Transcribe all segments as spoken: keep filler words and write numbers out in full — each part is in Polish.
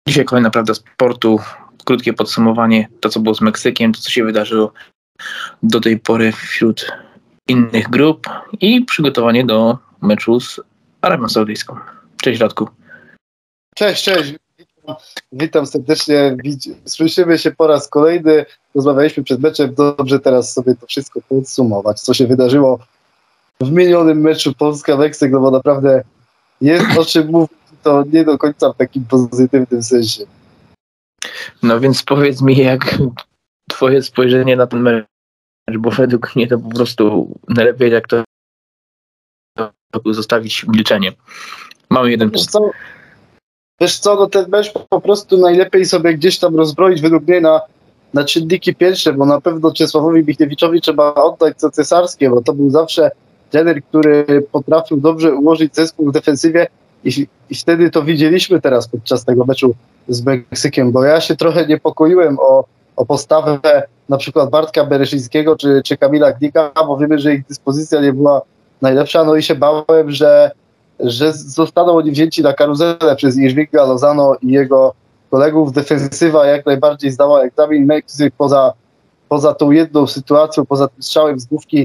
Dzisiaj kolejna prawda sportu, krótkie podsumowanie, to co było z Meksykiem, to co się wydarzyło do tej pory wśród innych grup i przygotowanie do meczu z Arabią Saudyjską. Cześć Radku. Cześć, cześć. Witam, witam serdecznie. Słyszymy się po raz kolejny. Rozmawialiśmy przed meczem. Dobrze teraz sobie to wszystko podsumować, co się wydarzyło w minionym meczu Polska-Meksyk, no bo naprawdę jest o czym mówić, to nie do końca w takim pozytywnym sensie. No więc powiedz mi, jak twoje spojrzenie na ten mecz, bo według mnie to po prostu najlepiej jak to, to zostawić milczenie. Mamy jeden Wiesz punkt. co, wiesz co, no ten mecz po prostu najlepiej sobie gdzieś tam rozbroić według mnie na, na czynniki pierwsze, bo na pewno Czesławowi Michniewiczowi trzeba oddać co cesarskie, bo to był zawsze trener, który potrafił dobrze ułożyć zespół w defensywie i, i wtedy to widzieliśmy teraz podczas tego meczu z Meksykiem, bo ja się trochę niepokoiłem o, o postawę na przykład Bartka Bereszyńskiego czy, czy Kamila Gnika, bo wiemy, że ich dyspozycja nie była najlepsza, no i się bałem, że, że zostaną oni wzięci na karuzelę przez Irvinga Lozano i jego kolegów. Defensywa jak najbardziej zdała egzamin. Meksyk poza, poza tą jedną sytuacją, poza tym strzałem z główki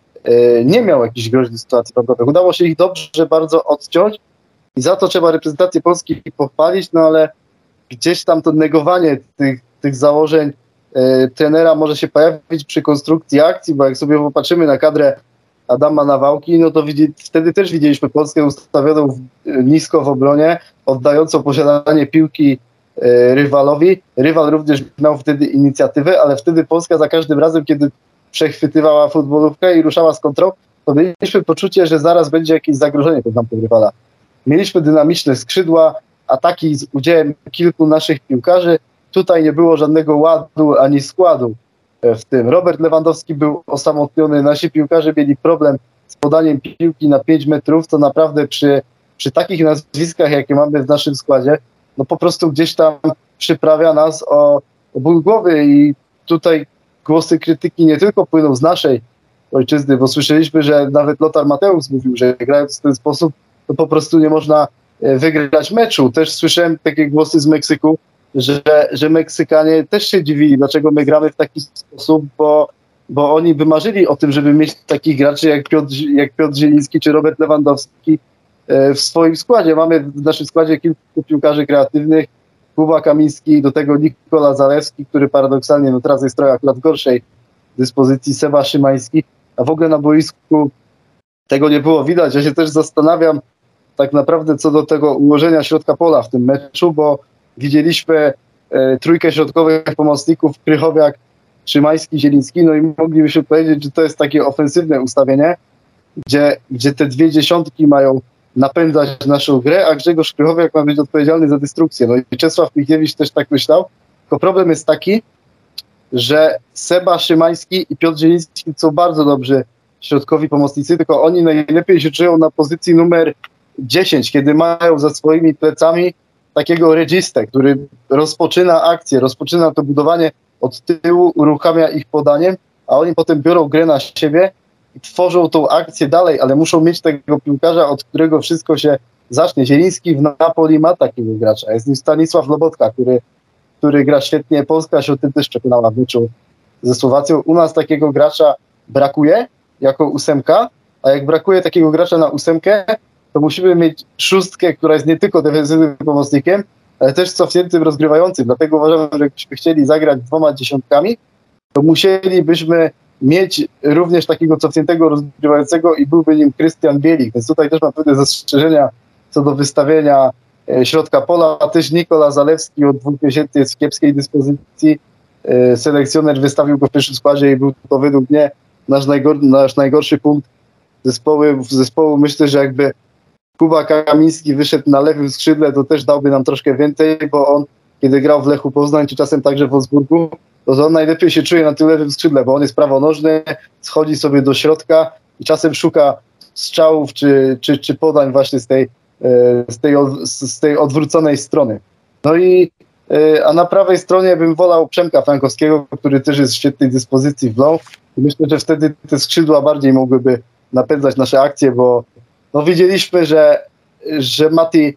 yy, nie miał jakichś groźnych sytuacji bramkowych. Udało się ich dobrze bardzo odciąć i za to trzeba reprezentację Polski pochwalić, no ale gdzieś tam to negowanie tych, tych założeń yy, trenera może się pojawić przy konstrukcji akcji, bo jak sobie popatrzymy na kadrę Adama Nawałki, no to widzi, wtedy też widzieliśmy Polskę ustawioną w, nisko w obronie, oddającą posiadanie piłki e, rywalowi. Rywal również miał wtedy inicjatywę, ale wtedy Polska za każdym razem, kiedy przechwytywała futbolówkę i ruszała z kontrą, to mieliśmy poczucie, że zaraz będzie jakieś zagrożenie pod tamtym rywala. Mieliśmy dynamiczne skrzydła, ataki z udziałem kilku naszych piłkarzy. Tutaj nie było żadnego ładu ani składu w tym. Robert Lewandowski był osamotniony, nasi piłkarze mieli problem z podaniem piłki na pięć metrów, co naprawdę przy, przy takich nazwiskach, jakie mamy w naszym składzie, no po prostu gdzieś tam przyprawia nas o, o ból głowy i tutaj głosy krytyki nie tylko płyną z naszej ojczyzny, bo słyszeliśmy, że nawet Lothar Matthäus mówił, że grając w ten sposób, to po prostu nie można wygrać meczu. Też słyszałem takie głosy z Meksyku, że, że Meksykanie też się dziwili, dlaczego my gramy w taki sposób, bo, bo oni wymarzyli o tym, żeby mieć takich graczy jak Piotr, jak Piotr Zieliński czy Robert Lewandowski w swoim składzie. Mamy w naszym składzie kilku piłkarzy kreatywnych, Kuba Kamiński, do tego Nikola Zalewski, który paradoksalnie no teraz jest trochę akurat w gorszej dyspozycji, Seba Szymański, a w ogóle na boisku tego nie było widać. Ja się też zastanawiam tak naprawdę co do tego ułożenia środka pola w tym meczu, bo widzieliśmy e, trójkę środkowych pomocników, Krychowiak, Szymański, Zieliński, no i moglibyśmy powiedzieć, że to jest takie ofensywne ustawienie, gdzie, gdzie te dwie dziesiątki mają napędzać naszą grę, a Grzegorz Krychowiak ma być odpowiedzialny za destrukcję. No i Czesław Michniewicz też tak myślał, tylko problem jest taki, że Seba Szymański i Piotr Zieliński są bardzo dobrzy środkowi pomocnicy, tylko oni najlepiej się czują na pozycji numer dziesięć, kiedy mają za swoimi plecami takiego registę, który rozpoczyna akcję, rozpoczyna to budowanie od tyłu, uruchamia ich podaniem, a oni potem biorą grę na siebie i tworzą tą akcję dalej, ale muszą mieć tego piłkarza, od którego wszystko się zacznie. Zieliński w Napoli ma takiego gracza. Jest nim Stanisław Lobotka, który, który gra świetnie. Polska się o tym też przekonała w meczu ze Słowacją. U nas takiego gracza brakuje jako ósemka, a jak brakuje takiego gracza na ósemkę, to musimy mieć szóstkę, która jest nie tylko defensywnym pomocnikiem, ale też cofniętym rozgrywającym. Dlatego uważam, że jakbyśmy chcieli zagrać dwoma dziesiątkami, to musielibyśmy mieć również takiego cofniętego rozgrywającego i byłby nim Krystian Bielik. Więc tutaj też mam pewne zastrzeżenia co do wystawienia środka pola. A też Nikola Zalewski od dwóch miesięcy jest w kiepskiej dyspozycji. Selekcjoner wystawił go w pierwszym składzie i był to według mnie nasz, najgor- nasz najgorszy punkt zespołu. zespołu. Myślę, że jakby Kuba Kamiński wyszedł na lewym skrzydle, to też dałby nam troszkę więcej, bo on, kiedy grał w Lechu Poznań, czy czasem także w Wolfsburgu, to on najlepiej się czuje na tym lewym skrzydle, bo on jest prawonożny, schodzi sobie do środka i czasem szuka strzałów czy, czy, czy podań właśnie z tej, z, tej, z tej odwróconej strony. No i a na prawej stronie bym wolał Przemka Frankowskiego, który też jest w świetnej dyspozycji w low. I myślę, że wtedy te skrzydła bardziej mogłyby napędzać nasze akcje, bo no widzieliśmy, że, że Mati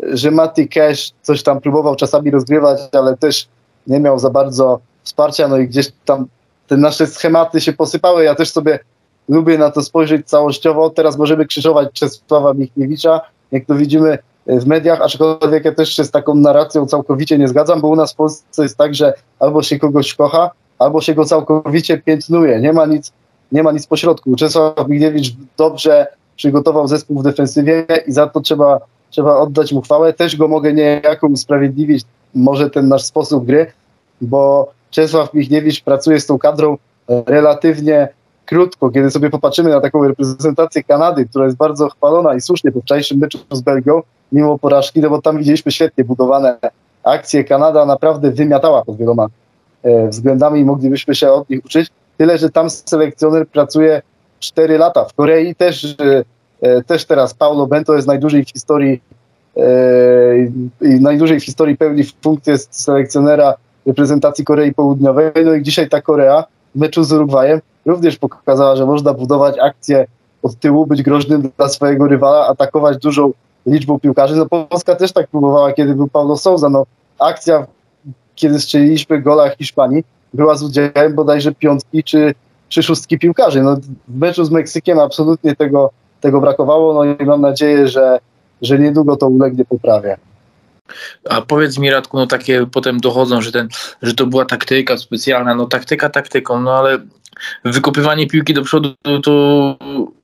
że Matty Cash coś tam próbował czasami rozgrywać, ale też nie miał za bardzo wsparcia, no i gdzieś tam te nasze schematy się posypały. Ja też sobie lubię na to spojrzeć całościowo. Teraz możemy krzyżować Czesława Michniewicza, jak to widzimy w mediach, aczkolwiek ja też się z taką narracją całkowicie nie zgadzam, bo u nas w Polsce jest tak, że albo się kogoś kocha, albo się go całkowicie piętnuje. Nie ma nic, nie ma nic pośrodku. Czesław Michniewicz dobrze przygotował zespół w defensywie i za to trzeba, trzeba oddać mu chwałę. Też go mogę niejako usprawiedliwić, może ten nasz sposób gry, bo Czesław Michniewicz pracuje z tą kadrą relatywnie krótko. Kiedy sobie popatrzymy na taką reprezentację Kanady, która jest bardzo chwalona i słusznie po wczorajszym meczu z Belgią, mimo porażki, no bo tam widzieliśmy świetnie budowane akcje. Kanada naprawdę wymiatała pod wieloma e, względami i moglibyśmy się od nich uczyć. Tyle, że tam selekcjoner pracuje cztery lata. W Korei też, e, też teraz Paulo Bento jest najdłużej w historii e, i najdłużej w historii pełni funkcję selekcjonera reprezentacji Korei Południowej. No i dzisiaj ta Korea w meczu z Urugwajem również pokazała, że można budować akcję od tyłu, być groźnym dla swojego rywala, atakować dużą liczbą piłkarzy. No Polska też tak próbowała, kiedy był Paulo Sousa. No, akcja, kiedy strzeliliśmy gola Hiszpanii, była z udziałem bodajże piątki czy, czy szóstki piłkarzy. No, w meczu z Meksykiem absolutnie tego, tego brakowało, no i mam nadzieję, że, że niedługo to ulegnie poprawie. A powiedz mi, Radku, no takie potem dochodzą, że, ten, że to była taktyka specjalna, no taktyka taktyką, no ale wykopywanie piłki do przodu to...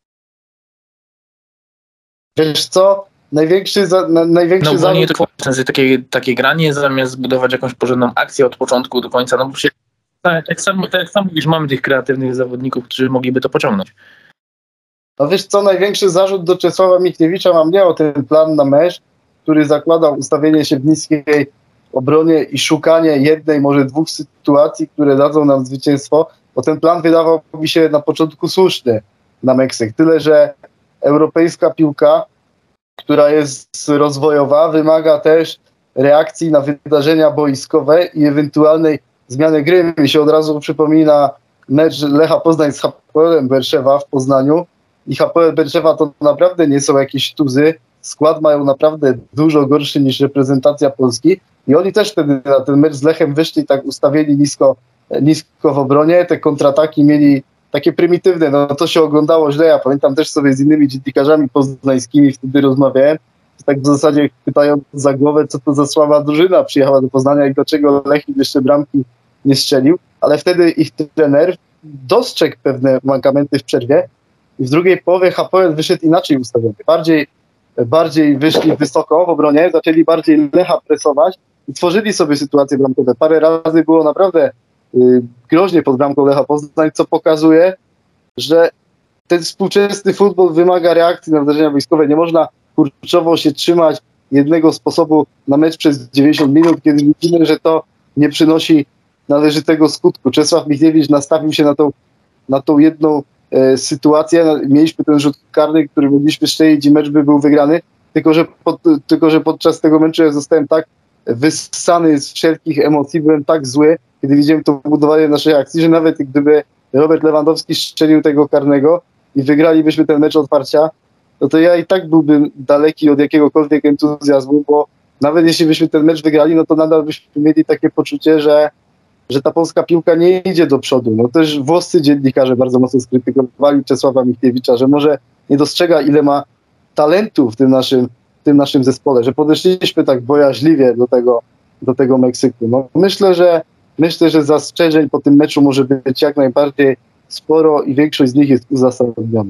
Wiesz co? Największy, za, na, największy no, zarzut... nie to w sensie takie, takie granie zamiast zbudować jakąś porządną akcję od początku do końca, no bo się, tak, tak, sam, tak jak sam mówisz, mamy tych kreatywnych zawodników, którzy mogliby to pociągnąć. No wiesz co, największy zarzut do Czesława Michniewicza mam nie o ten plan na mecz, który zakładał ustawienie się w niskiej obronie i szukanie jednej, może dwóch sytuacji, które dadzą nam zwycięstwo, bo ten plan wydawał mi się na początku słuszny na Meksyk. Tyle, że europejska piłka, która jest rozwojowa, wymaga też reakcji na wydarzenia boiskowe i ewentualnej zmiany gry. Mi się od razu przypomina mecz Lecha Poznań z Hapoelem Berszewa w Poznaniu i Hapoel Berszewa to naprawdę nie są jakieś tuzy. Skład mają naprawdę dużo gorszy niż reprezentacja Polski i oni też wtedy na ten mecz z Lechem wyszli tak ustawieni nisko, nisko w obronie. Te kontrataki mieli takie prymitywne, no to się oglądało źle. Ja pamiętam też sobie z innymi dziennikarzami poznańskimi wtedy rozmawiałem. Tak w zasadzie pytając za głowę, co to za słaba drużyna przyjechała do Poznania i dlaczego Lech im jeszcze bramki nie strzelił. Ale wtedy ich trener dostrzegł pewne mankamenty w przerwie i w drugiej połowie Hapoel wyszedł inaczej ustawiony. Bardziej, bardziej wyszli wysoko w obronie, zaczęli bardziej Lecha presować i tworzyli sobie sytuacje bramkowe. Parę razy było naprawdę y, groźnie pod bramką Lecha Poznań, co pokazuje, że ten współczesny futbol wymaga reakcji na wydarzenia wojskowe. Nie można kurczowo się trzymać jednego sposobu na mecz przez dziewięćdziesiąt minut, kiedy widzimy, że to nie przynosi należytego skutku. Czesław Michniewicz nastawił się na tą, na tą jedną e, sytuację. Mieliśmy ten rzut karny, który mogliśmy strzelić i mecz by był wygrany, tylko że, pod, tylko że podczas tego meczu ja zostałem tak wyssany z wszelkich emocji, byłem tak zły, kiedy widziałem to budowanie naszej akcji, że nawet gdyby Robert Lewandowski strzelił tego karnego i wygralibyśmy ten mecz otwarcia, no to ja i tak byłbym daleki od jakiegokolwiek entuzjazmu, bo nawet jeśli byśmy ten mecz wygrali, no to nadal byśmy mieli takie poczucie, że, że ta polska piłka nie idzie do przodu. No też włoscy dziennikarze bardzo mocno skrytykowali Czesława Michniewicza, że może nie dostrzega, ile ma talentu w tym naszym, w tym naszym zespole, że podeszliśmy tak bojaźliwie do tego, do tego Meksyku. No myślę, że myślę, że zastrzeżeń po tym meczu może być jak najbardziej sporo i większość z nich jest uzasadniona.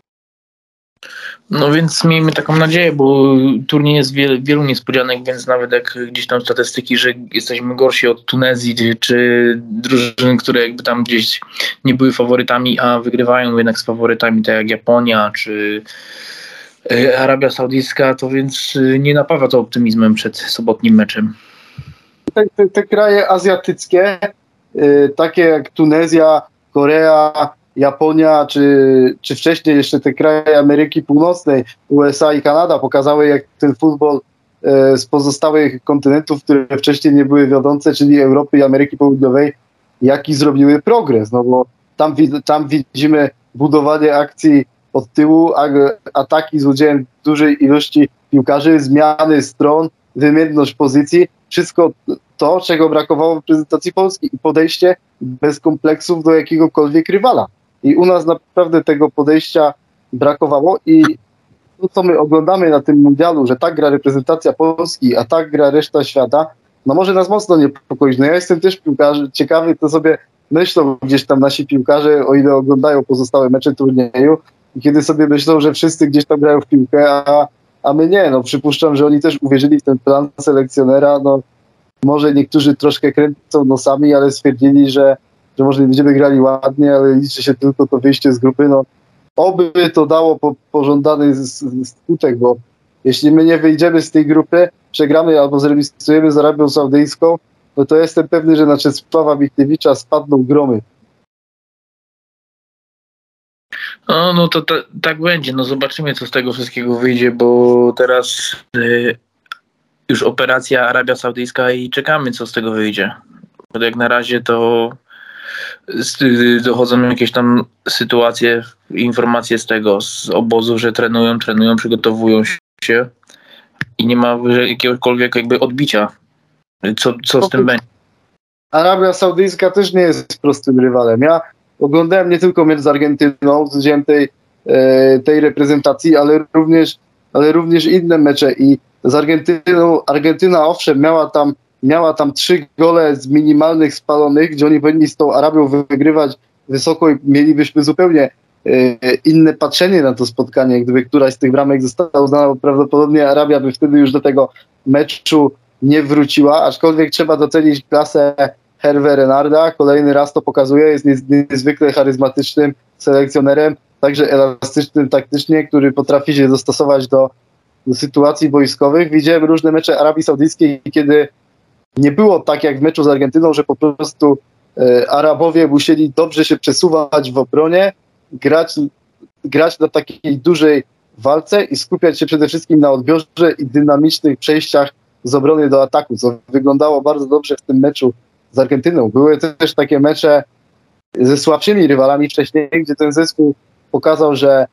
No więc miejmy taką nadzieję, bo turniej jest wiel, wielu niespodzianek, więc nawet jak gdzieś tam statystyki, że jesteśmy gorsi od Tunezji, czy drużyn, które jakby tam gdzieś nie były faworytami, a wygrywają jednak z faworytami, tak jak Japonia, czy Arabia Saudyjska, to więc nie napawa to optymizmem przed sobotnim meczem. Te, te, te kraje azjatyckie, y, takie jak Tunezja, Korea, Japonia, czy, czy wcześniej jeszcze te kraje Ameryki Północnej, U S A i Kanada pokazały, jak ten futbol y, z pozostałych kontynentów, które wcześniej nie były wiodące, czyli Europy i Ameryki Południowej, jaki zrobiły progres. No bo tam, tam widzimy budowanie akcji od tyłu, ataki z udziałem dużej ilości piłkarzy, zmiany stron, wymienność pozycji, wszystko to, czego brakowało w prezentacji Polski i podejście bez kompleksów do jakiegokolwiek rywala. I u nas naprawdę tego podejścia brakowało i to, co my oglądamy na tym mundialu, że tak gra reprezentacja Polski, a tak gra reszta świata, no może nas mocno niepokoić. No ja jestem też piłkarzy, ciekawy, co sobie myślą gdzieś tam nasi piłkarze, o ile oglądają pozostałe mecze turnieju i kiedy sobie myślą, że wszyscy gdzieś tam grają w piłkę, a, a my nie. No przypuszczam, że oni też uwierzyli w ten plan selekcjonera. No może niektórzy troszkę kręcą nosami, ale stwierdzili, że, że może nie będziemy grali ładnie, ale liczy się tylko to wyjście z grupy. No oby to dało po, pożądany skutek, bo jeśli my nie wyjdziemy z tej grupy, przegramy albo zremisujemy z Arabią Saudyjską, no to jestem pewny, że na Czesława Michniewicza spadną gromy. No, no to ta, tak będzie. No zobaczymy, co z tego wszystkiego wyjdzie, bo teraz y, już operacja Arabia Saudyjska i czekamy, co z tego wyjdzie. Bo jak na razie to y, dochodzą jakieś tam sytuacje, informacje z tego, z obozu, że trenują, trenują, przygotowują się i nie ma jakiegokolwiek jakby odbicia. Co, co z tym będzie? Arabia Saudyjska też nie jest prostym rywalem. Ja oglądałem nie tylko mecz z Argentyną, z udziałem tej, tej reprezentacji, ale również, ale również inne mecze i z Argentyną, Argentyna owszem miała tam, miała tam trzy gole z minimalnych spalonych, gdzie oni powinni z tą Arabią wygrywać wysoko i mielibyśmy zupełnie inne patrzenie na to spotkanie, gdyby któraś z tych bramek została uznana, bo prawdopodobnie Arabia by wtedy już do tego meczu nie wróciła, aczkolwiek trzeba docenić klasę Hervé Renarda, kolejny raz to pokazuje, jest niezwykle charyzmatycznym selekcjonerem, także elastycznym taktycznie, który potrafi się dostosować do, do sytuacji wojskowych. Widziałem różne mecze Arabii Saudyjskiej, kiedy nie było tak jak w meczu z Argentyną, że po prostu e, Arabowie musieli dobrze się przesuwać w obronie, grać, grać na takiej dużej walce i skupiać się przede wszystkim na odbiorze i dynamicznych przejściach z obrony do ataku, co wyglądało bardzo dobrze w tym meczu z Argentyną. Były też takie mecze ze słabszymi rywalami wcześniej, gdzie ten zespół pokazał, że,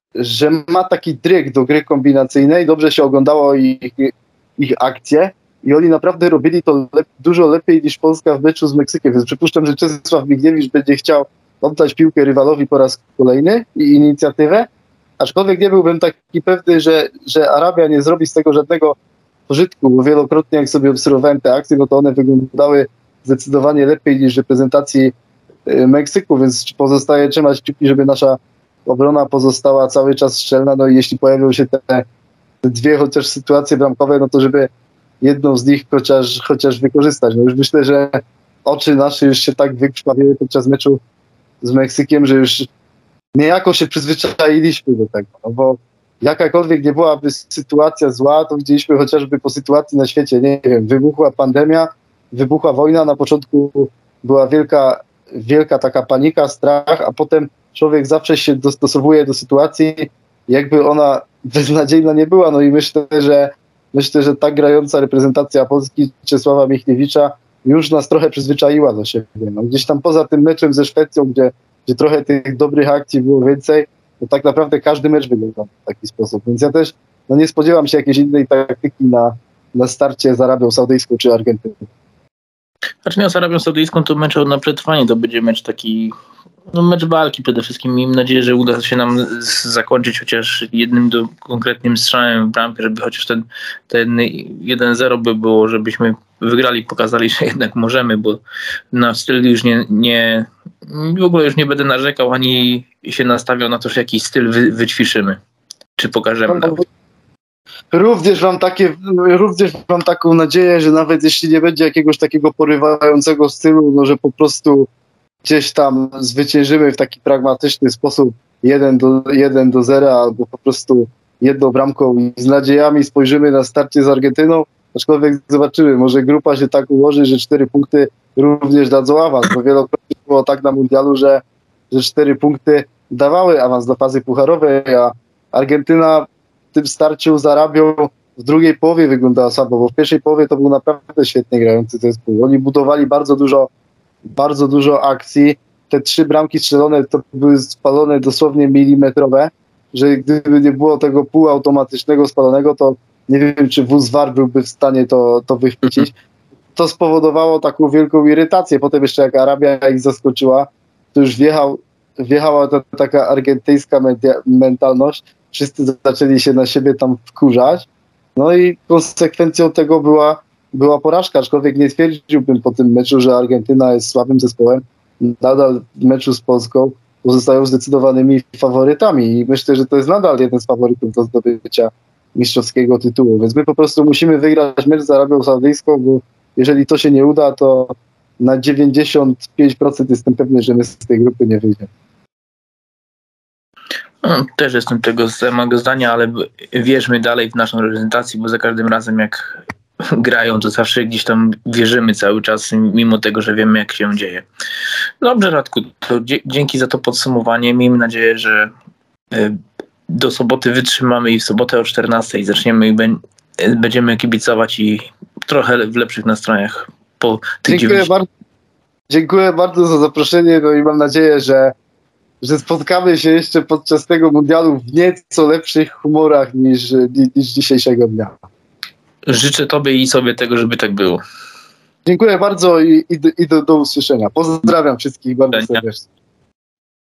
że ma taki dryg do gry kombinacyjnej, dobrze się oglądało ich, ich akcje i oni naprawdę robili to lep, dużo lepiej niż Polska w meczu z Meksykiem, więc przypuszczam, że Czesław Michniewicz będzie chciał oddać piłkę rywalowi po raz kolejny i inicjatywę, aczkolwiek nie byłbym taki pewny, że, że Arabia nie zrobi z tego żadnego pożytku, bo wielokrotnie jak sobie obserwowałem te akcje, no to one wyglądały zdecydowanie lepiej niż w reprezentacji Meksyku, więc pozostaje trzymać kciuki, żeby nasza obrona pozostała cały czas szczelna, no i jeśli pojawią się te, te dwie chociaż sytuacje bramkowe, no to żeby jedną z nich chociaż, chociaż wykorzystać. No już myślę, że oczy nasze już się tak wykrwawiły podczas meczu z Meksykiem, że już niejako się przyzwyczailiśmy do tego, no bo jakakolwiek nie byłaby sytuacja zła, to widzieliśmy chociażby po sytuacji na świecie, nie wiem, wybuchła pandemia, wybuchła wojna, na początku była wielka, wielka taka panika, strach, a potem człowiek zawsze się dostosowuje do sytuacji, jakby ona beznadziejna nie była. No i myślę, że myślę, że tak grająca reprezentacja Polski Czesława Michniewicza już nas trochę przyzwyczaiła do siebie. No, gdzieś tam poza tym meczem ze Szwecją, gdzie, gdzie trochę tych dobrych akcji było więcej, to tak naprawdę każdy mecz wygląda w taki sposób. Więc ja też no nie spodziewam się jakiejś innej taktyki na, na starcie z Arabią Saudyjską czy Argentyną. Znaczy nie, z Arabią Saudyjską to mecz na przetrwanie, to będzie mecz taki, no mecz walki przede wszystkim. Miejmy nadzieję, że uda się nam zakończyć chociaż jednym do, konkretnym strzałem w bramkę, żeby chociaż ten, ten jeden zero by było, żebyśmy wygrali, pokazali, że jednak możemy, bo na styl już nie, nie w ogóle już nie będę narzekał, ani się nastawiał na to, że jakiś styl wy, wyćwiczymy, czy pokażemy nawet. Również mam, takie, również mam taką nadzieję, że nawet jeśli nie będzie jakiegoś takiego porywającego stylu, no że po prostu gdzieś tam zwyciężymy w taki pragmatyczny sposób jeden do, jeden do zera albo po prostu jedną bramką i z nadziejami spojrzymy na starcie z Argentyną, aczkolwiek zobaczymy, może grupa się tak ułoży, że cztery punkty również dadzą awans, bo wielokrotnie było tak na mundialu, że, że cztery punkty dawały awans do fazy pucharowej, a Argentyna w tym starciu z Arabią w drugiej połowie wyglądała słabo, bo w pierwszej połowie to był naprawdę świetnie grający zespół. Oni budowali bardzo dużo, bardzo dużo akcji. Te trzy bramki strzelone to były spalone dosłownie milimetrowe, że gdyby nie było tego półautomatycznego spalonego, to nie wiem, czy wóz War byłby w stanie to, to wychwycić. To spowodowało taką wielką irytację. Potem jeszcze jak Arabia ich zaskoczyła, to już wjechał, wjechała ta taka argentyńska media, mentalność. Wszyscy zaczęli się na siebie tam wkurzać. No i konsekwencją tego była, była porażka, aczkolwiek nie twierdziłbym po tym meczu, że Argentyna jest słabym zespołem. Nadal w meczu z Polską pozostają zdecydowanymi faworytami i myślę, że to jest nadal jeden z faworytów do zdobycia mistrzowskiego tytułu. Więc my po prostu musimy wygrać mecz z Arabią Saudyjską, bo jeżeli to się nie uda, to na dziewięćdziesiąt pięć procent jestem pewny, że my z tej grupy nie wyjdziemy. No, też jestem tego samego zdania, ale wierzmy dalej w naszą reprezentację, bo za każdym razem jak grają, to zawsze gdzieś tam wierzymy cały czas, mimo tego, że wiemy, jak się dzieje. Dobrze, Radku, to dzięki za to podsumowanie. Miejmy nadzieję, że do soboty wytrzymamy i w sobotę o czternastej zaczniemy i będziemy kibicować i trochę w lepszych nastrojach po tych Dziękuję bardzo. Dziękuję bardzo za zaproszenie, no i mam nadzieję, że, że spotkamy się jeszcze podczas tego mundialu w nieco lepszych humorach niż, niż dzisiejszego dnia. Życzę Tobie i sobie tego, żeby tak było. Dziękuję bardzo i, i, i do, do usłyszenia. Pozdrawiam wszystkich bardzo serdecznie.